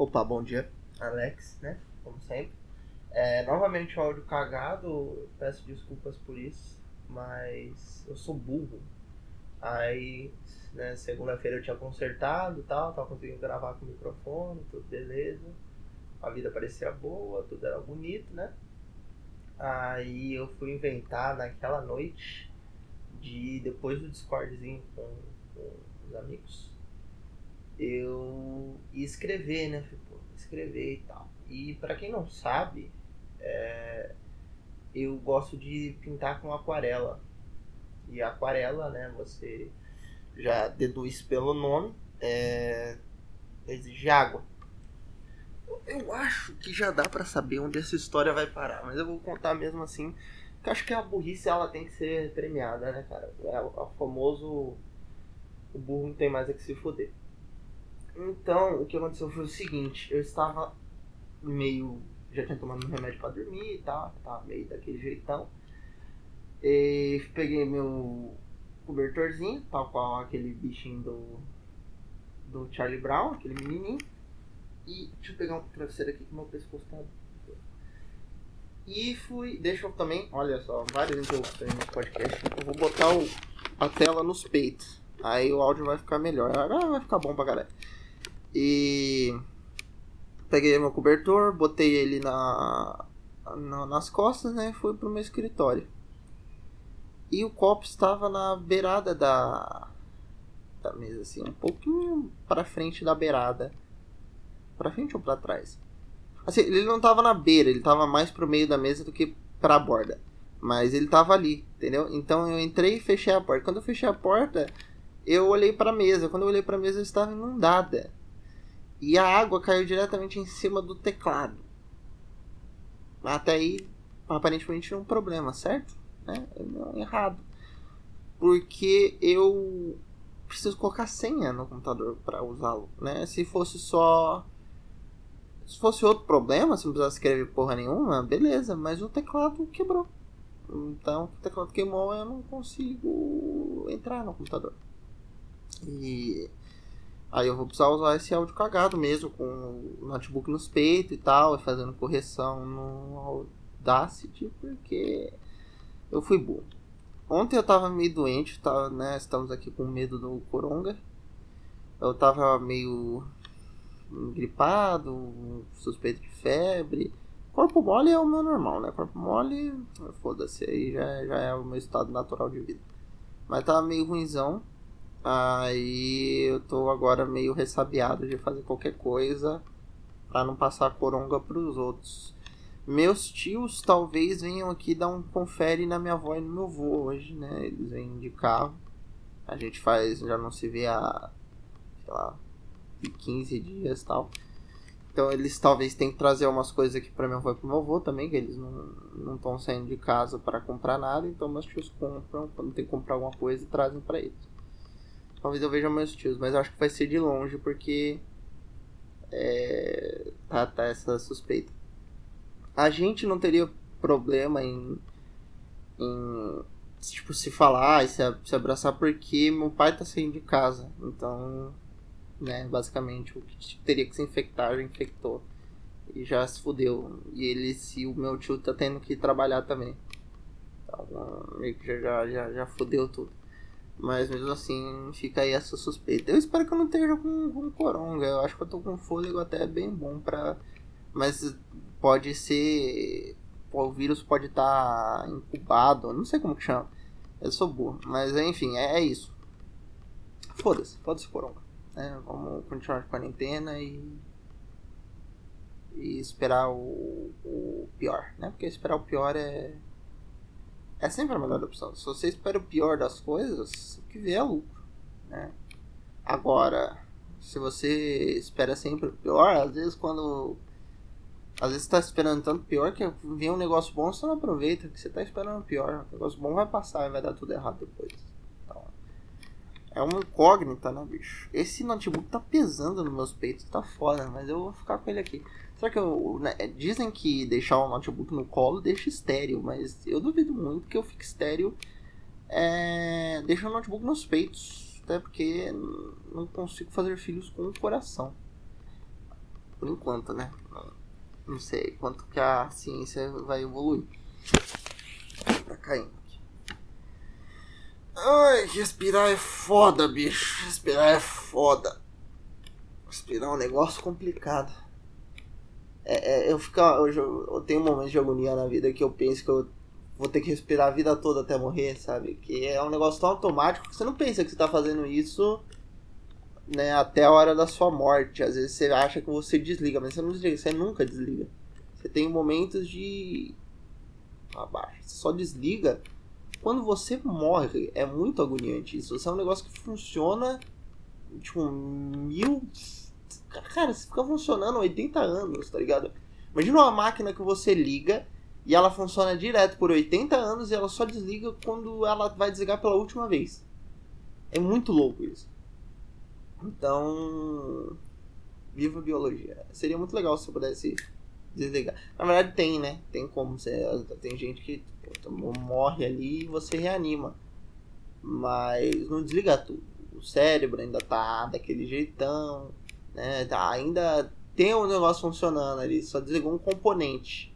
Opa, bom dia, Alex, né? Como sempre. Novamente o áudio cagado, peço desculpas por isso, mas eu sou burro. Aí, né, segunda-feira eu tinha consertado e tal, tava conseguindo gravar com o microfone, tudo beleza. A vida parecia boa, tudo era bonito, né? Aí eu fui inventar naquela noite depois do Discordzinho com os amigos, eu ia escrever, né? Escrever e tal. E pra quem não sabe, eu gosto de pintar com aquarela. E aquarela, né, você já deduz pelo nome, exige água. Eu acho que já dá pra saber onde essa história vai parar, mas eu vou contar mesmo assim, porque eu acho que a burrice ela tem que ser premiada, né, cara? É o famoso, o burro não tem mais é que se foder. Então, o que aconteceu foi o seguinte, eu estava já tinha tomado um remédio pra dormir e tal, tava meio daquele jeitão. E peguei meu cobertorzinho, tal qual aquele bichinho do Charlie Brown, aquele menininho. E deixa eu pegar um travesseiro aqui que meu pescoço tá... E fui... Deixa eu também... Olha só, várias interrupções no podcast. Eu vou botar a tela nos peitos. Aí o áudio vai ficar melhor. Agora vai ficar bom pra galera. E... Peguei meu cobertor, botei ele nas costas, né? E fui pro meu escritório. E o copo estava na beirada da mesa, assim, um pouquinho pra frente da beirada. Pra frente ou pra trás? Assim, ele não tava na beira, ele tava mais pro meio da mesa do que pra borda. Mas ele tava ali, entendeu? Então eu entrei e fechei a porta. Quando eu fechei a porta, eu olhei pra mesa. Quando eu olhei pra mesa, eu estava inundada. E a água caiu diretamente em cima do teclado. Até aí, aparentemente, não é um problema, certo? Né? Não, errado. Porque eu preciso colocar senha no computador para usá-lo, né? Se fosse outro problema, se não precisasse escrever porra nenhuma, beleza, mas o teclado quebrou. Então, o teclado queimou, eu não consigo entrar no computador. E aí eu vou precisar usar esse áudio cagado mesmo, com o notebook nos peitos e tal, e fazendo correção no Audacity, porque eu fui burro. Ontem eu tava meio doente, né? Estamos aqui com medo do coronga. Eu tava meio gripado, suspeito de febre. Corpo mole é o meu normal, né? Corpo mole, foda-se, aí já é o meu estado natural de vida. Mas tava meio ruinzão. Aí eu tô agora meio ressabiado de fazer qualquer coisa pra não passar coronga pros outros. Meus tios talvez venham aqui dar um confere na minha avó e no meu avô hoje, né? Eles vêm de carro. A gente já não se vê há, sei lá, 15 dias e tal. Então eles talvez tenham que trazer umas coisas aqui pra minha avó e pro meu avô também, que eles não estão saindo de casa pra comprar nada. Então meus tios compram, quando tem que comprar alguma coisa, e trazem pra eles. Talvez eu veja meus tios, mas eu acho que vai ser de longe, porque tá essa suspeita. A gente não teria problema em tipo, se falar e se abraçar, porque meu pai tá saindo de casa. Então, né, basicamente, o que teria que se infectar já infectou. E já se fudeu. E o meu tio tá tendo que trabalhar também. Então, meio que já fudeu tudo. Mas mesmo assim, fica aí essa suspeita. Eu espero que eu não esteja com coronga. Eu acho que eu tô com fôlego até bem bom pra... Mas pode ser... O vírus pode estar incubado. Não sei como que chama. Eu sou burro. Mas enfim, é isso. Foda-se coronga. Vamos continuar de quarentena e esperar o pior, né? Porque esperar o pior é sempre a melhor opção. Se você espera o pior das coisas, o que vier é lucro, né? Agora, se você espera sempre o pior, às vezes você tá esperando tanto pior que vem um negócio bom, você não aproveita, porque você tá esperando o pior. O negócio bom vai passar e vai dar tudo errado depois. Então, é uma incógnita, né, bicho? Esse notebook tá pesando nos meus peitos, tá foda, mas eu vou ficar com ele aqui. Será que dizem que deixar o notebook no colo deixa estéreo, mas eu duvido muito que eu fique estéreo deixando o notebook nos peitos. Até porque não consigo fazer filhos com o coração. Por enquanto, né? Não sei quanto que a ciência vai evoluir. Tá caindo aqui. Ai, respirar é foda, bicho. Respirar é foda. Respirar é um negócio complicado. Eu tenho momentos de agonia na vida que eu penso que eu vou ter que respirar a vida toda até morrer, sabe? Que é um negócio tão automático que você não pensa que você tá fazendo isso, né, até a hora da sua morte. Às vezes você acha que você desliga, mas você não desliga, você nunca desliga. Você tem momentos de abaixo, você só desliga quando você morre. É muito agoniante isso. Isso é um negócio que funciona tipo Cara, você fica funcionando 80 anos, tá ligado? Imagina uma máquina que você liga e ela funciona direto por 80 anos e ela só desliga quando ela vai desligar pela última vez. É muito louco isso. Então, viva a biologia. Seria muito legal se eu pudesse desligar. Na verdade tem, né? Tem como. Tem gente que morre ali e você reanima. Mas não desliga tudo. O cérebro ainda tá daquele jeitão, né? Ainda tem um negócio funcionando ali. Só desligou um componente.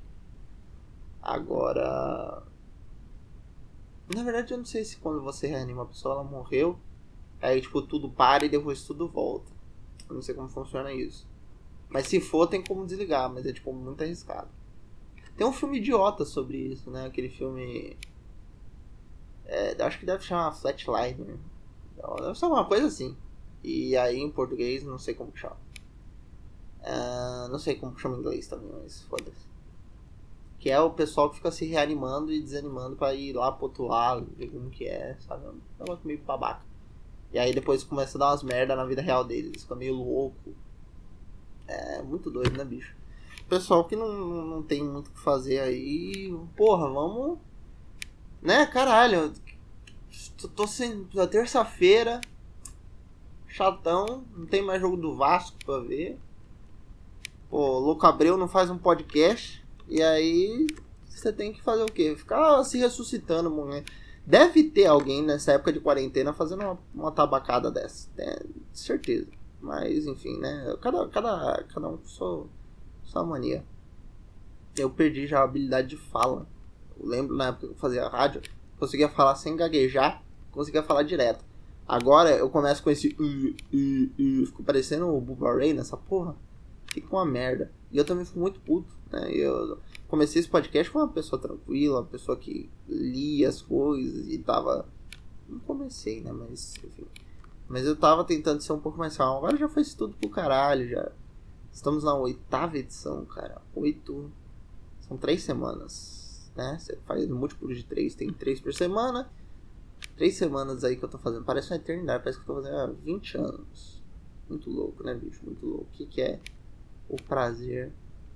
Agora, na verdade eu não sei se quando você reanima a pessoa, ela morreu, aí tipo tudo para e depois tudo volta. Eu não sei como funciona isso. Mas se for, tem como desligar, mas é tipo muito arriscado. Tem um filme idiota sobre isso, né? Aquele filme, acho que deve chamar Flatliner. Deve ser uma coisa assim. E aí em português não sei como chama. Não sei como chama em inglês também, mas foda-se. Que é o pessoal que fica se reanimando e desanimando pra ir lá pro outro lado, ver como que é, sabe? É um negócio meio babaca. E aí depois começa a dar umas merda na vida real deles, fica meio louco. É muito doido, né, bicho? Pessoal que não tem muito o que fazer aí, porra, vamos... Né, caralho, tô sendo a terça-feira, chatão, não tem mais jogo do Vasco pra ver. Pô, Louco Abreu não faz um podcast... E aí, você tem que fazer o quê? Ficar se ressuscitando, mulher. Deve ter alguém nessa época de quarentena fazendo uma tabacada dessa. Certeza. Mas, enfim, né? Cada um com sua mania. Eu perdi já a habilidade de fala. Eu lembro na época que eu fazia rádio, conseguia falar sem gaguejar, conseguia falar direto. Agora eu começo com esse fico parecendo o Bubba Ray nessa porra. Fica uma merda. E eu também fico muito puto, né? Eu comecei esse podcast com uma pessoa tranquila, uma pessoa que lia as coisas e tava... Não comecei, né? Mas, enfim. Mas eu tava tentando ser um pouco mais calmo. Agora já foi isso tudo pro caralho, já. Estamos na 8ª edição, cara. 8... São 3 semanas, né? Você faz múltiplos de 3, tem 3 por semana. 3 semanas aí que eu tô fazendo. Parece uma eternidade, parece que eu tô fazendo há 20 anos. Muito louco, né, bicho? Muito louco. O que é o prazer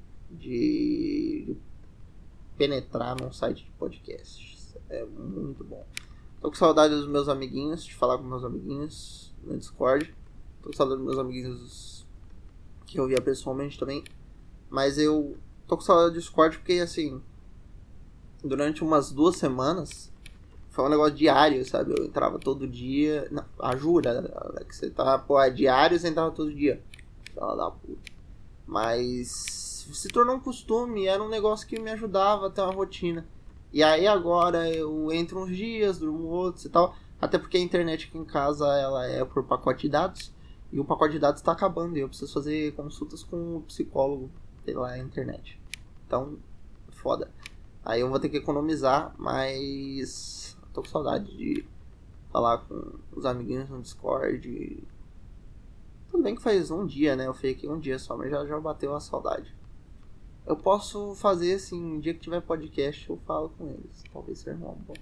de penetrar num site de podcasts? É muito bom. Tô com saudade dos meus amiguinhos, de falar com meus amiguinhos no Discord. Tô com saudade dos meus amiguinhos que eu via pessoalmente também. Mas eu tô com saudade do Discord porque, assim, durante umas 2 semanas foi um negócio diário, sabe? Eu entrava todo dia. Não, jura, que você tá, pô, é diário, você entrava todo dia. Fala da puta. Mas se tornou um costume, era um negócio que me ajudava a ter uma rotina. E aí agora eu entro uns dias, durmo outros e tal. Até porque a internet aqui em casa ela é por pacote de dados. E o pacote de dados tá acabando. E eu preciso fazer consultas com o psicólogo pela internet. Então, foda. Aí eu vou ter que economizar, mas tô com saudade de falar com os amiguinhos no Discord. Tudo bem que faz um dia, né? Eu fiquei um dia só, mas já bateu a saudade. Eu posso fazer assim, um dia que tiver podcast eu falo com eles. Talvez seja um bom.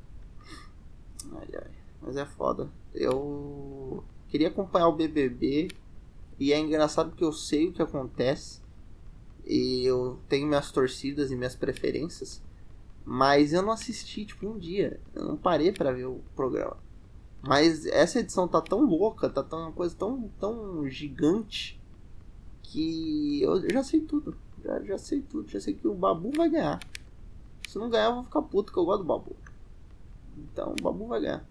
Ai. Mas é foda. Eu queria acompanhar o BBB. E é engraçado porque eu sei o que acontece. E eu tenho minhas torcidas e minhas preferências. Mas eu não assisti, tipo, um dia. Eu não parei pra ver o programa. Mas essa edição tá tão louca, tá uma coisa tão gigante, que eu já sei tudo. Já sei tudo. Já sei que o Babu vai ganhar. Se não ganhar, eu vou ficar puto, que eu gosto do Babu. Então, o Babu vai ganhar.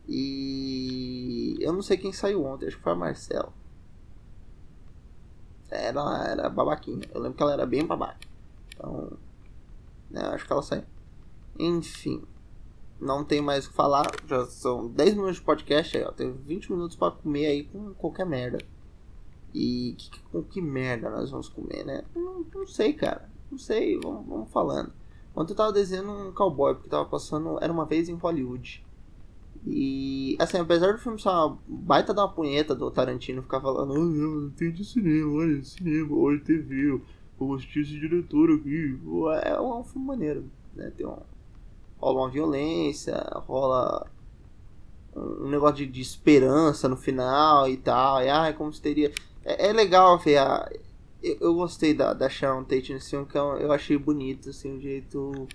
E eu não sei quem saiu ontem, acho que foi a Marcela. era babaquinha. Eu lembro que ela era bem babaca. Então, né, acho que ela saiu. Enfim, não tem mais o que falar. Já são 10 minutos de podcast aí, ó. Tem 20 minutos pra comer aí com qualquer merda. E com que merda nós vamos comer, né? Não sei, cara. Não sei, vamos falando. Ontem eu tava desenhando um cowboy, porque tava passando Era Uma Vez em Hollywood. E, assim, apesar do filme ser uma baita da punheta do Tarantino ficar falando, oh, tem de cinema, olha TV, eu assisti esse diretor aqui. É um filme maneiro, né? Rola uma violência, rola um negócio de esperança no final e tal. E como se teria. É legal ver eu gostei da Sharon Tate nesse filme, que eu achei bonito, assim, um jeito.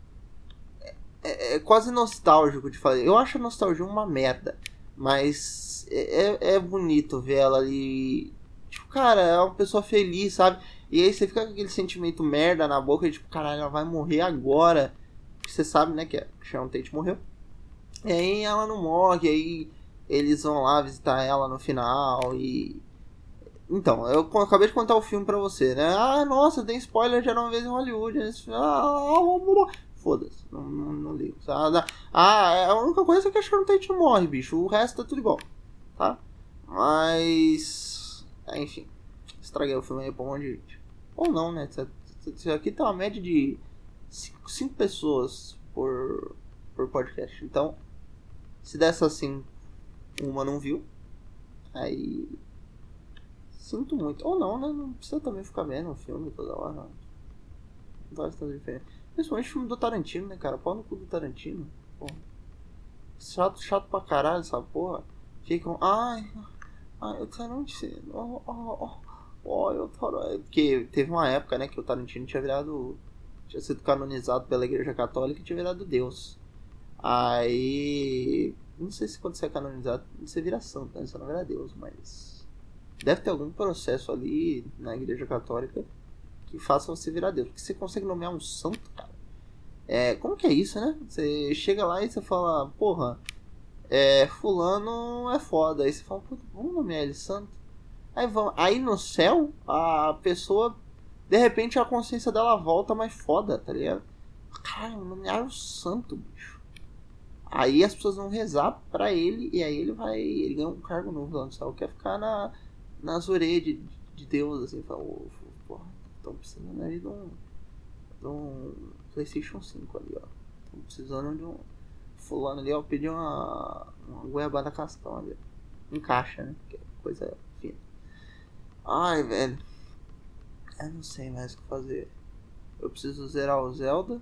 É quase nostálgico de fazer. Eu acho a nostalgia uma merda, mas é bonito ver ela ali. Tipo, cara, é uma pessoa feliz, sabe? E aí você fica com aquele sentimento merda na boca, tipo, caralho, ela vai morrer agora. Você sabe, né, que a Sharon Tate morreu. E aí ela não morre, aí eles vão lá visitar ela no final e... Então, eu acabei de contar o filme pra você, né? Ah, nossa, tem spoiler de Era Uma Vez em Hollywood. Foda-se, não ligo. A única coisa é que a Sharon Tate não morre, bicho. O resto tá tudo igual, tá? Mas... enfim, estraguei o filme aí pra um monte de gente. Ou não, né? Isso aqui tá uma média de 5 pessoas por podcast. Então, se dessa assim, uma não viu, aí sinto muito. Ou não, né? Não precisa também ficar vendo o filme toda hora. Não vai estar diferente. Principalmente o filme do Tarantino, né, cara? Pau no cu do Tarantino. Porra. Chato pra caralho essa porra. Ficam, ai, o Tarantino. Porque teve uma época, né, que o Tarantino tinha sido canonizado pela Igreja Católica e tinha virado Deus. Aí, não sei se quando você é canonizado você vira santo, né? Você não vira Deus, mas deve ter algum processo ali na Igreja Católica que faça você virar Deus. Porque você consegue nomear um santo, cara. Como que é isso, né? Você chega lá e você fala, porra, fulano é foda. Aí você fala, puta, vamos nomear ele santo. Aí no céu, a pessoa, de repente a consciência dela volta mais foda, tá ligado? Cara, nomearam o santo, bicho. Aí as pessoas vão rezar pra ele e aí ele ganha um cargo novo lá no céu. Quer ficar nas orelhas de Deus, assim, fala, porra, estão precisando ali de um PlayStation 5 ali, ó. Estão precisando de um fulano ali, ó. Pedir uma goiabada castão ali. Encaixa, né? Que é coisa fina. Ai, velho. Eu não sei mais o que fazer. Eu preciso zerar o Zelda.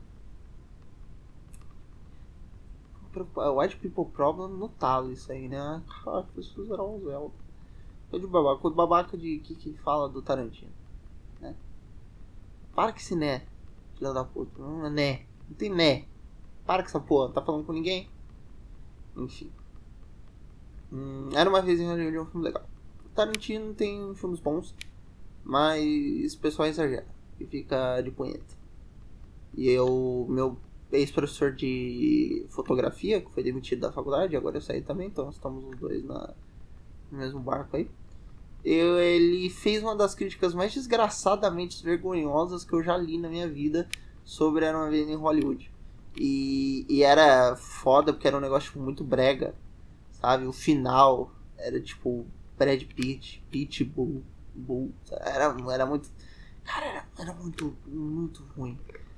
White People Problem no talo isso aí, né? Cara, preciso zerar o Zelda. Tô de babaca. O babaca que fala do Tarantino, né? Para com esse né, filha da puta. Não é né. Não tem né. Para com essa porra. Não tá falando com ninguém. Enfim. Era Uma Vez em Hollywood, é um filme legal. Tarantino tem filmes bons, mas o pessoal exagera e fica de punheta. E meu ex-professor de fotografia, que foi demitido da faculdade, agora eu saí também, então estamos os dois no mesmo barco aí. Ele fez uma das críticas mais desgraçadamente vergonhosas que eu já li na minha vida sobre Era Uma Vez em Hollywood. E era foda porque era um negócio tipo, muito brega, sabe? O final era tipo Brad Pitt, Pitbull, era muito... Cara, era muito, muito ruim.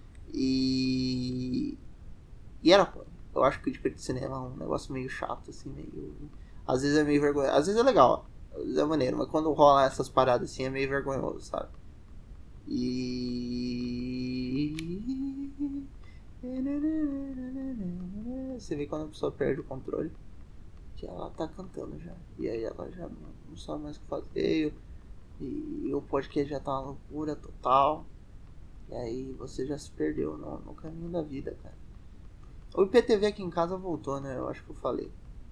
E era ruim. Eu acho que crítica de cinema é um negócio meio chato, assim, meio... Às vezes é meio vergonhoso. Às vezes é legal, às vezes é maneiro, mas quando rola essas paradas assim é meio vergonhoso, sabe? E... Você vê quando a pessoa perde o controle, que ela tá cantando já. E aí ela já não sabe mais o que fazer. E o podcast já tá uma loucura total. E aí você já se perdeu no caminho da vida, cara. O IPTV aqui em casa voltou, né? Eu acho que eu falei.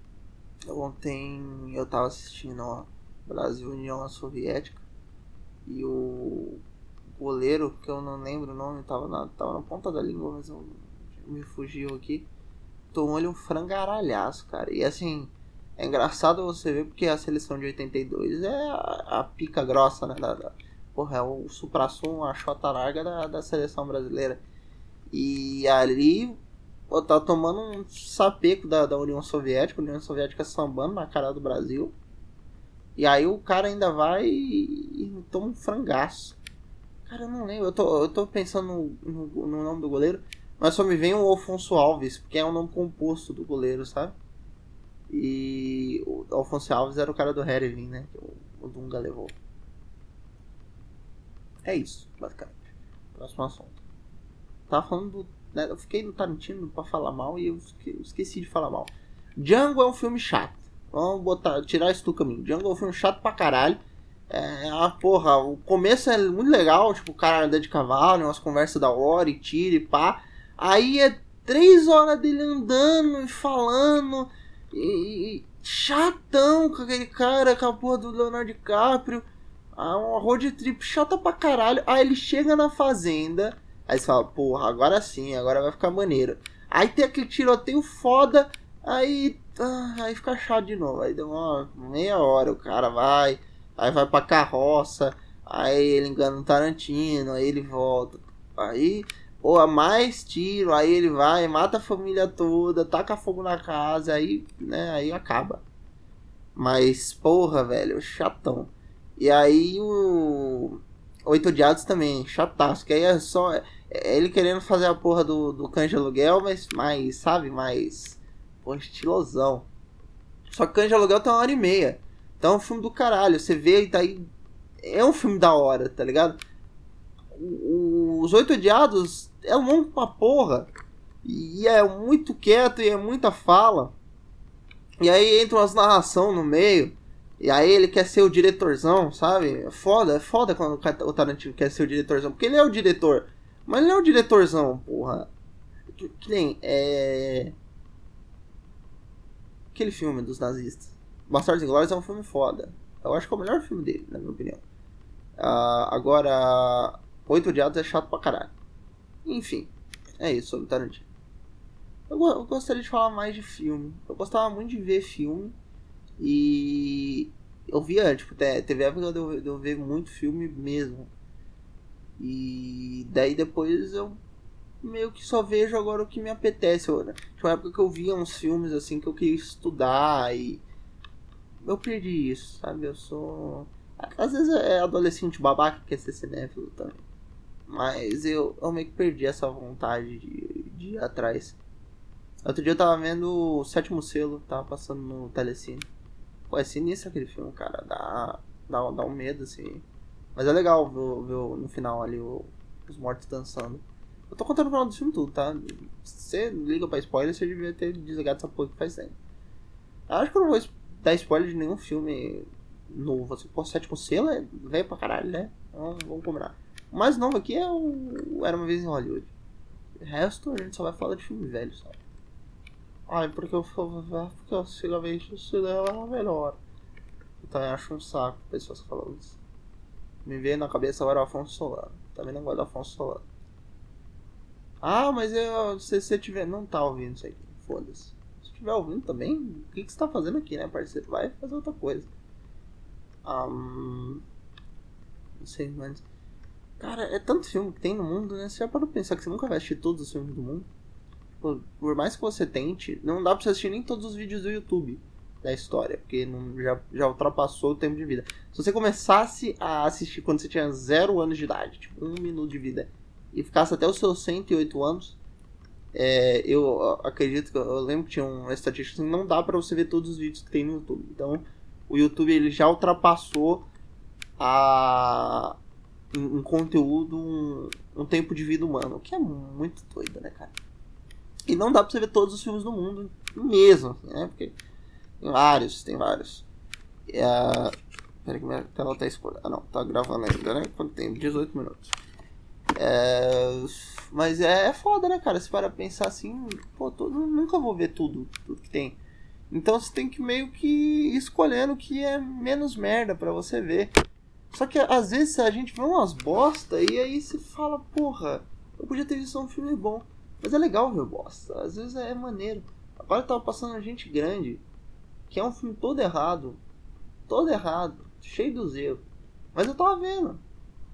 Ontem eu tava assistindo, ó, Brasil União Soviética. E o goleiro, que eu não lembro o nome, tava na ponta da língua, mas me fugiu aqui. Tomou-lhe um frangaralhaço, cara. E assim, é engraçado você ver porque a seleção de 82 é a pica grossa, né, porra, é o suprassumo, a chota larga da seleção brasileira. E ali, pô, tá tomando um sapeco da União Soviética, a União Soviética sambando na cara do Brasil. E aí o cara ainda vai e toma um frangaço. Cara, eu não lembro, eu tô pensando no nome do goleiro, mas só me vem o Alfonso Alves, porque é um nome composto do goleiro, sabe? E o Alfonso Alves era o cara do Herevin, né? Que o Dunga levou. É isso, basicamente. Próximo assunto. Tava falando né, eu fiquei no Tarantino pra falar mal e eu esqueci de falar mal. Django é um filme chato. Vamos tirar isso do caminho. Django é um filme chato pra caralho. Porra, o começo é muito legal, tipo, o cara anda de cavalo, umas conversas da hora e tira e pá. Aí é 3 horas dele andando e falando e chatão com aquele cara, com a porra do Leonardo DiCaprio. Uma road trip chata pra caralho. Aí ele chega na fazenda, aí você fala, porra, agora sim, agora vai ficar maneiro. Aí tem aquele tiroteio foda, aí fica chato de novo. Aí deu uma meia hora, o cara vai, aí vai pra carroça, aí ele engana o Tarantino, aí ele volta. Aí, porra, mais tiro, aí ele vai, mata a família toda, taca fogo na casa, aí, né, aí acaba. Mas, porra, velho, chatão. E aí o Oito Odiados também, chataço, que aí é só ele querendo fazer a porra do Cães de Aluguel, mas mais, sabe, mais, pô, estilosão. Só que Cães de Aluguel tem 1h30, então é um filme do caralho, você vê e daí é um filme da hora, tá ligado? Os Oito Odiados é longo pra porra, e é muito quieto e é muita fala, e aí entra umas narração no meio. E aí ele quer ser o diretorzão, sabe? É foda quando o Tarantino quer ser o diretorzão. Porque ele é o diretor. Mas ele é o diretorzão, porra. Que nem, aquele filme dos nazistas. Bastardos Inglórios é um filme foda. Eu acho que é o melhor filme dele, na minha opinião. Agora, Oito Odiados é chato pra caralho. Enfim, é isso sobre o Tarantino. Eu gostaria de falar mais de filme. Eu gostava muito de ver filme. E eu via, tipo, teve época de eu ver muito filme mesmo. E daí depois eu meio que só vejo agora o que me apetece. Tinha uma época que eu via uns filmes assim que eu queria estudar e eu perdi isso, sabe? Eu sou... Às vezes é adolescente babaca que quer ser cinéfilo também. Mas eu meio que perdi essa vontade de ir atrás. Outro dia eu tava vendo o Sétimo Selo, tava passando no Telecine. Pô, é sinistro aquele filme, cara. Dá um medo, assim. Mas é legal ver no final ali os mortos dançando. Eu tô contando o final do filme tudo, tá? Se você liga pra spoiler, você devia ter desligado essa porra que faz tempo. Eu acho que eu não vou dar spoiler de nenhum filme novo. Assim, pô, Sétimo Selo é velho pra caralho, né? Então, vamos combinar. O mais novo aqui é o Era Uma Vez em Hollywood. O resto a gente só vai falar de filme velho, sabe? Ai, porque eu sigo a vez o cinema é melhor. Eu também acho um saco pessoas que falam isso. Me veio na cabeça agora o Afonso Solano. Também não gosto do Afonso Solano. Mas se você tiver... Não tá ouvindo isso aqui, foda-se. Se tiver ouvindo também, o que você tá fazendo aqui, né, parceiro? Vai fazer outra coisa. Não sei, mas... Cara, é tanto filme que tem no mundo, né? Você já parou pra pensar que você nunca vai assistir todos os filmes do mundo? Por mais que você tente, não dá pra você assistir nem todos os vídeos do YouTube da história, porque já ultrapassou o tempo de vida. Se você começasse a assistir quando você tinha 0 anos de idade, tipo 1 minuto de vida, e ficasse até os seus 108 anos, eu acredito que eu lembro que tinha uma estatística assim, não dá pra você ver todos os vídeos que tem no YouTube. Então o YouTube ele já ultrapassou um conteúdo, um tempo de vida humano, o que é muito doido, né, cara? E não dá pra você ver todos os filmes do mundo mesmo, né? Porque tem vários. Peraí que minha tela tá escura. Não, tá gravando ainda, né? Quanto tempo? 18 minutos. Mas é foda, né, cara? Se para pensar assim, pô, nunca vou ver tudo que tem. Então você tem que meio que ir escolhendo o que é menos merda pra você ver. Só que às vezes a gente vê umas bosta e aí você fala, porra, eu podia ter visto um filme bom. Mas é legal ver bosta, às vezes é maneiro. Agora eu tava passando Gente Grande, que é um filme todo errado, cheio dos erros. Mas eu tava vendo.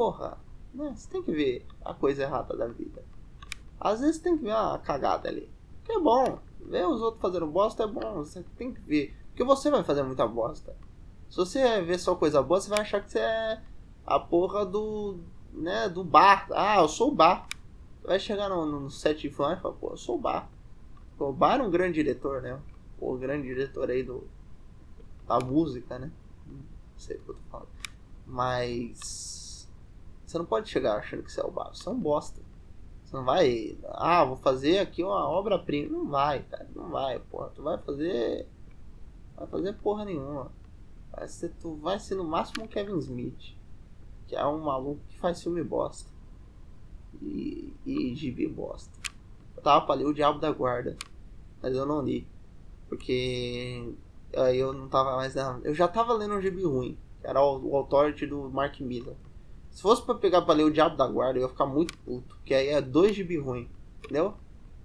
porra, né? Você tem que ver a coisa errada da vida. Às vezes tem que ver a cagada ali. Que é bom. Ver os outros fazendo bosta é bom. Você tem que ver. Porque você vai fazer muita bosta. Se você ver só coisa boa, você vai achar que você é a porra do... né, do bar. Ah, eu sou o bar. Vai chegar no set de fã e falar, pô, eu sou o bar. Pô, o bar é um grande diretor, né? O grande diretor aí da música, né? Não sei o que eu tô falando. Mas... você não pode chegar achando que você é o bar. Você é um bosta. Você não vai... ah, vou fazer aqui uma obra-prima. Não vai, cara. Não vai, porra. Tu vai fazer... vai fazer porra nenhuma. Tu vai ser no máximo um Kevin Smith. Que é um maluco que faz filme bosta. E gibi bosta. Eu tava pra ler O Diabo da Guarda. Mas eu não li. Porque... aí eu não tava mais... eu já tava lendo um gibi ruim. Que era o Authority do Mark Miller. Se fosse pra pegar pra ler O Diabo da Guarda, eu ia ficar muito puto. Porque aí é 2 gibi ruim. Entendeu?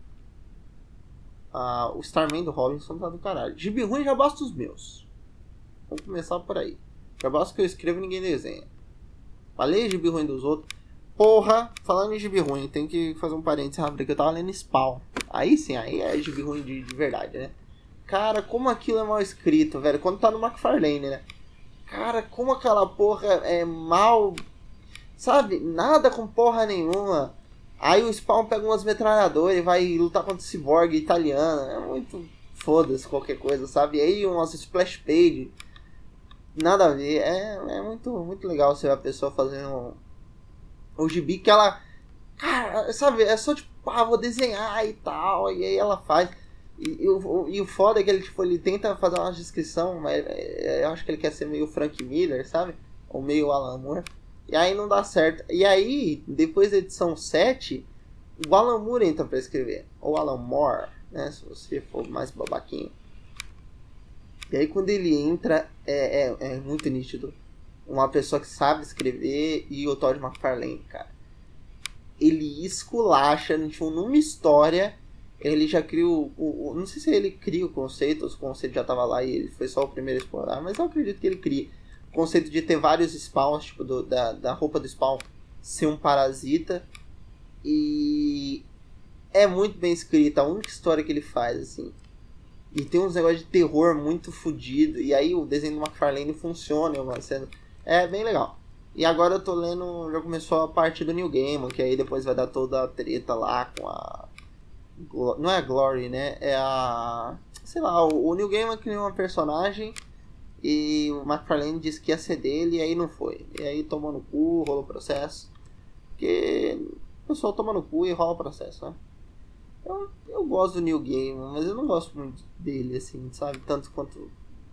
O Starman do Robinson tá do caralho. Gibi ruim já basta os meus. Vamos começar por aí. Já basta que eu escrevo e ninguém desenha. Pra ler gibi ruim dos outros. Porra, falando em gibi ruim, tem que fazer um parênteses rápido que eu tava lendo Spawn. Aí sim, aí é gibi ruim de verdade, né? Cara, como aquilo é mal escrito, velho. Quando tá no McFarlane, né? Cara, como aquela porra é mal... sabe? Nada com porra nenhuma. Aí o Spawn pega umas metralhadoras e vai lutar contra o Cyborg italiano. É muito foda-se qualquer coisa, sabe? E aí umas splash page. Nada a ver. É muito, muito legal você ver a pessoa fazendo o gibi que ela... cara, sabe? É só tipo, vou desenhar e tal. E aí ela faz. E o foda é que ele tenta fazer uma descrição, mas eu acho que ele quer ser meio Frank Miller, sabe? Ou meio Alan Moore. E aí não dá certo. E aí, depois da edição 7, o Alan Moore entra pra escrever. Ou Alan Moore, né? Se você for mais babaquinho. E aí quando ele entra, é muito nítido. Uma pessoa que sabe escrever e o Todd McFarlane, cara. Ele esculacha, tipo, numa história... ele já cria não sei se ele cria o conceito, ou se o conceito já tava lá e ele foi só o primeiro a explorar, mas eu acredito que ele cria o conceito de ter vários spawns, tipo, da roupa do spawn ser um parasita. E é muito bem escrita, a única história que ele faz, assim. E tem uns negócios de terror muito fodido, e aí o desenho do McFarlane funciona, mano, sendo... é bem legal. E agora eu tô lendo, já começou a parte do New Gaiman, que aí depois vai dar toda a treta lá com a... não é a Glory, né? É a... sei lá, o Neil Gaiman criou uma personagem e o McFarlane disse que ia ser dele e aí não foi. E aí tomou no cu, rolou processo. Porque o pessoal toma no cu e rola processo, né? Eu gosto do Neil Gaiman, mas eu não gosto muito dele, assim, sabe? Tanto quanto...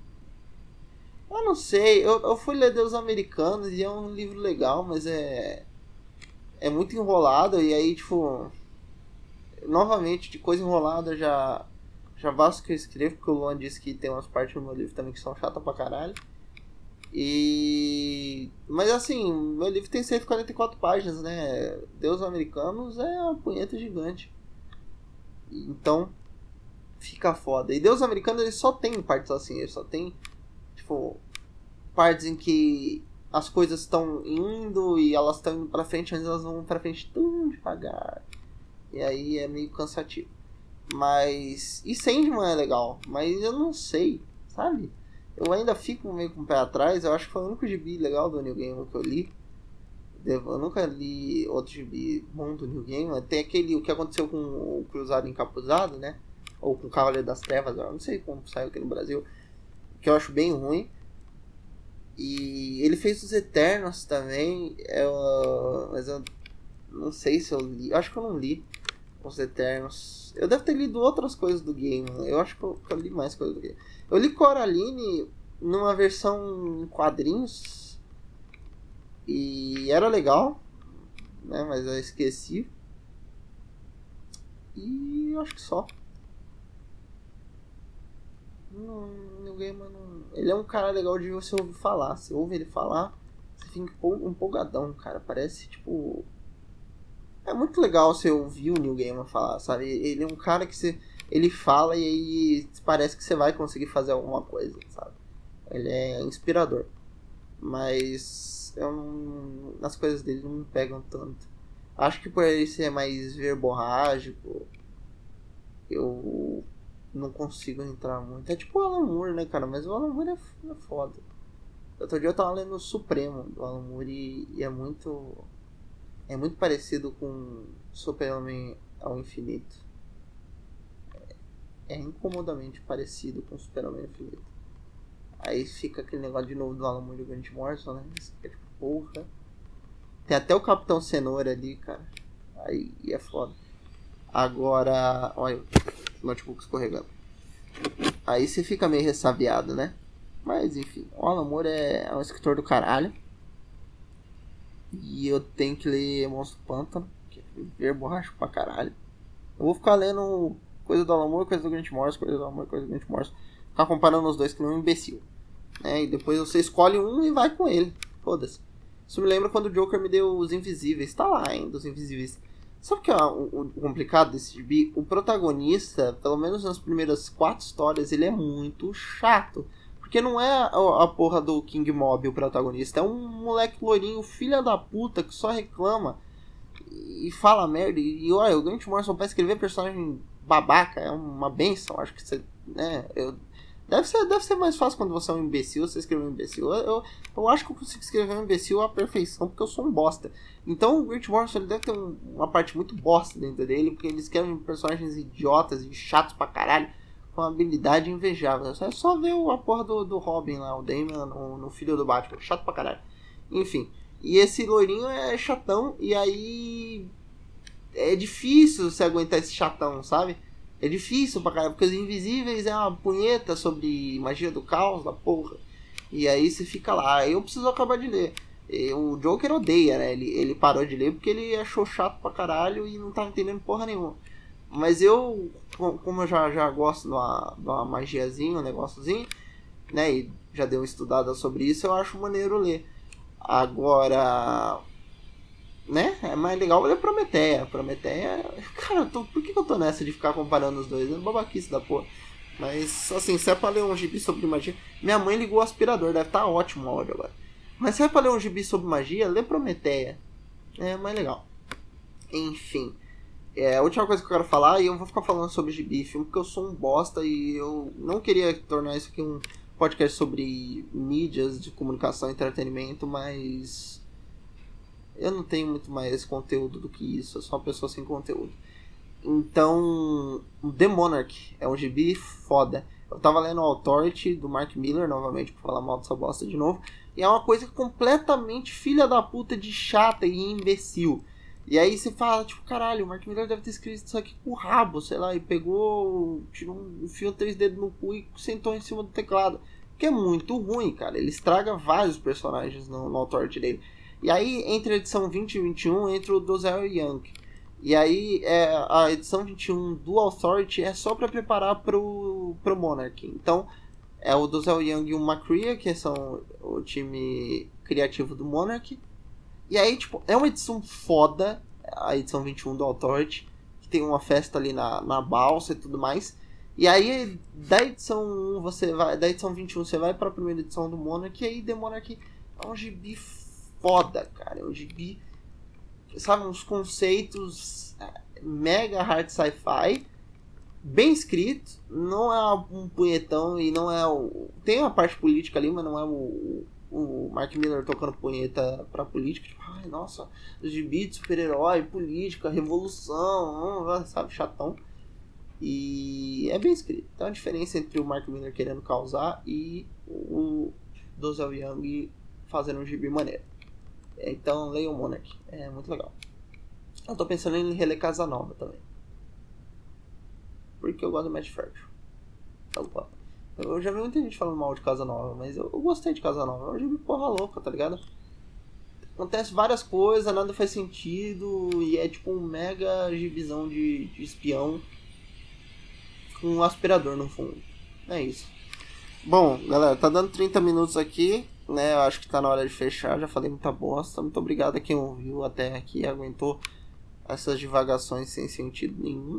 eu não sei, eu fui ler Deus Americanos e é um livro legal, mas é muito enrolado e aí, tipo... novamente, de coisa enrolada já basta que eu escrevo, porque o Luan disse que tem umas partes no meu livro também que são chatas pra caralho. Mas assim, meu livro tem 144 páginas, né? Deus Americanos é uma punheta gigante. Então, fica foda. E Deus Americanos, ele só tem partes assim, ele só tem, tipo, partes em que as coisas estão indo e elas estão indo pra frente, mas elas vão pra frente tão devagar. E aí é meio cansativo. Mas... e Sandman é legal. Mas eu não sei, sabe? Eu ainda fico meio com o pé atrás. Eu acho que foi o único gibi legal do Neil Gaiman que eu li. Eu nunca li outro gibi bom do Neil Gaiman. Tem aquele... o que aconteceu com o Cruzado Encapuzado, né? Ou com o Cavaleiro das Trevas. Eu não sei como saiu aqui no Brasil. Que eu acho bem ruim. E ele fez os Eternos também. Mas eu não sei se eu li. Eu acho que eu não li Os Eternos. Eu devo ter lido outras coisas do game. Eu acho que eu li mais coisas do game. Eu li Coraline numa versão em quadrinhos. E era legal, né? Mas eu esqueci. E eu acho que só. No game não... ele é um cara legal de você ouvir falar. Você ouve ele falar, você fica empolgadão, cara. Parece tipo... é muito legal você ouvir o Neil Gaiman falar, sabe? Ele é um cara que ele fala e aí parece que você vai conseguir fazer alguma coisa, sabe? Ele é inspirador. Mas nas coisas dele não me pegam tanto. Acho que por ele ser mais verborrágico, eu não consigo entrar muito. É tipo o Alan Moore, né, cara? Mas o Alan Moore é foda. Outro dia eu tava lendo o Supremo do Alan Moore e é muito parecido com Super-Homem ao Infinito. É incomodamente parecido com Super-Homem ao Infinito. Aí fica aquele negócio de novo do Alan Moore e do Grant Morrison, né? É tipo, porra. Tem até o Capitão Cenoura ali, cara. Aí é foda. Agora, olha, o notebook escorregando. Aí você fica meio ressabiado, né? Mas enfim, o Alan Moore é um escritor do caralho. E eu tenho que ler Monstro do Pântano, que é verborrágico pra caralho. Eu vou ficar lendo coisa do Alan Moore, coisa do Grant Morrison, coisa do Alan Moore, coisa do Grant Morrison. Ficar comparando os dois que não é um imbecil. E depois você escolhe um e vai com ele. Foda-se. Isso me lembra quando o Joker me deu Os Invisíveis. Tá lá ainda, Os Invisíveis. Sabe o que é o complicado desse gibi? O protagonista, pelo menos nas primeiras 4 histórias, ele é muito chato. Porque não é a porra do King Mob o protagonista. É um moleque loirinho, filha da puta, que só reclama e fala merda. E olha, o Grant Morrison pra escrever personagem babaca é uma benção. Acho que você... né, Deve ser mais fácil quando você é um imbecil, você escrever um imbecil. Eu acho que eu consigo escrever um imbecil à perfeição, porque eu sou um bosta. Então o Grant Morrison ele deve ter uma parte muito bosta dentro dele, porque ele escreve personagens idiotas e chatos pra caralho, com uma habilidade invejável. É só ver a porra do Robin lá, o Damian no filho do Batman, chato pra caralho. Enfim, e esse loirinho é chatão, e aí é difícil você aguentar esse chatão, sabe? É difícil pra caralho, porque Os Invisíveis é uma punheta sobre magia do caos, da porra. E aí você fica lá. Aí eu preciso acabar de ler. O Joker odeia, né? Ele parou de ler porque ele achou chato pra caralho e não tava entendendo porra nenhuma. Mas eu, como eu já gosto de uma magiazinha, um negóciozinho, né? E já dei uma estudada sobre isso, eu acho maneiro ler. Agora... né? É mais legal ler Prometeia. Cara, por que eu tô nessa de ficar comparando os dois? É babaquice da porra. Mas, assim, se é pra ler um gibi sobre magia... Minha mãe ligou o aspirador, deve estar ótimo o áudio agora. Mas se é pra ler um gibi sobre magia, lê Prometeia. É mais legal. Enfim. A última coisa que eu quero falar, e eu vou ficar falando sobre gibi e filme, porque eu sou um bosta e eu não queria tornar isso aqui um podcast sobre mídias de comunicação e entretenimento, mas... eu não tenho muito mais conteúdo do que isso. Eu sou uma pessoa sem conteúdo. Então, The Monarch é um gibi foda. Eu tava lendo o Authority do Mark Miller, novamente, pra falar mal dessa bosta de novo. E é uma coisa completamente filha da puta de chata e imbecil. E aí você fala, tipo, caralho, o Mark Miller deve ter escrito isso aqui com o rabo, sei lá. E pegou, tirou enfiou 3 dedos no cu e sentou em cima do teclado. Que é muito ruim, cara. Ele estraga vários personagens no Authority dele. E aí, entre a edição 20 e 21, entra o Dozel Young. E aí, a edição 21 do Authority é só pra preparar pro Monarch. Então, é o Dozel Young e o Macria, que são o time criativo do Monarch. E aí, tipo, é uma edição foda, a edição 21 do Authority, que tem uma festa ali na balsa e tudo mais. E aí, da edição 1, da edição 21, você vai pra primeira edição do Monarch, e aí The Monarch é um gibi foda, cara. É um gibi, sabe, uns conceitos mega hard sci-fi, bem escrito, não é um punhetão e não é tem uma parte política ali, mas não é o Mark Miller tocando punheta pra política, tipo, ai, nossa, gibi de super-herói, política, revolução, sabe, chatão. E é bem escrito. Tem uma diferença entre o Mark Miller querendo causar e o Dozel Young fazendo um gibi maneiro. Então leia o Monarch, é muito legal. Eu tô pensando em reler Casanova também, porque eu gosto do Matt Fraction. Eu já vi muita gente falando mal de Casanova, mas eu gostei de Casanova. É um gibi porra louca, tá ligado? Acontece várias coisas, nada faz sentido, e é tipo um mega gibizão de espião com um aspirador no fundo. É isso. Bom, galera, tá dando 30 minutos aqui, né? Eu acho que tá na hora de fechar. Já falei muita bosta. Muito obrigado a quem ouviu até aqui e aguentou essas divagações sem sentido nenhum.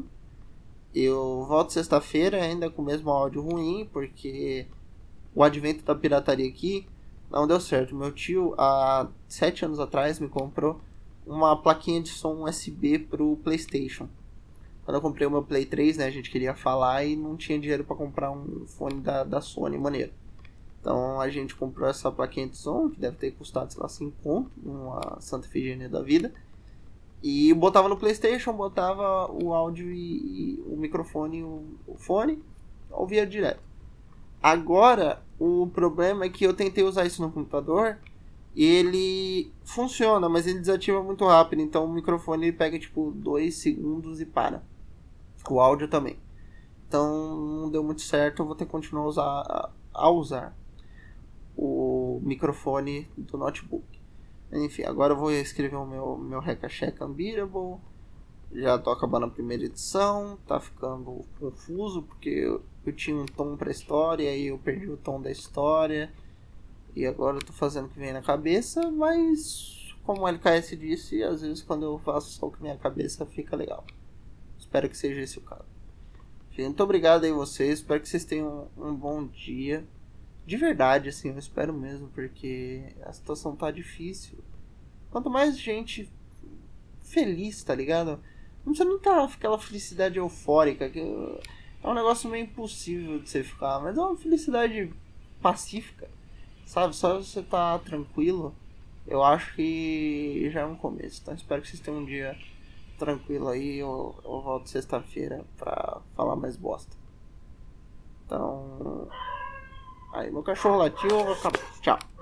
Eu volto sexta-feira ainda com o mesmo áudio ruim, porque o advento da pirataria aqui Não deu certo. Meu tio, há 7 anos atrás, me comprou uma plaquinha de som USB pro PlayStation. Quando eu comprei o meu Play 3, né, a gente queria falar e não tinha dinheiro pra comprar um fone da Sony maneiro. Então a gente comprou essa plaquinha de som, que deve ter custado, sei lá, 5 conto, uma Santa Efigênia da vida. E botava no PlayStation, botava o áudio e o microfone e o fone, ouvia direto. Agora, o problema é que eu tentei usar isso no computador e ele funciona, mas ele desativa muito rápido. Então o microfone ele pega tipo 2 segundos e para. O áudio também. Então não deu muito certo, eu vou ter que continuar a usar o microfone do notebook. Enfim, agora eu vou escrever o meu Hack Unbeatable. Já tô acabando a primeira edição, tá ficando confuso porque eu tinha um tom pra história e eu perdi o tom da história. E agora eu tô fazendo o que vem na cabeça, mas como o LKS disse, às vezes quando eu faço só o que vem na cabeça fica legal. Espero que seja esse o caso. Enfim, muito obrigado aí vocês, espero que vocês tenham um bom dia. De verdade, assim, eu espero mesmo, porque a situação tá difícil. Quanto mais gente feliz, tá ligado? Não precisa nem tá aquela felicidade eufórica, que é um negócio meio impossível de você ficar, mas é uma felicidade pacífica, sabe? Só você tá tranquilo, eu acho que já é um começo. Então espero que vocês tenham um dia tranquilo aí, eu volto sexta-feira pra falar mais bosta. Então, aí meu cachorro latiu, eu vou ficar... Tchau.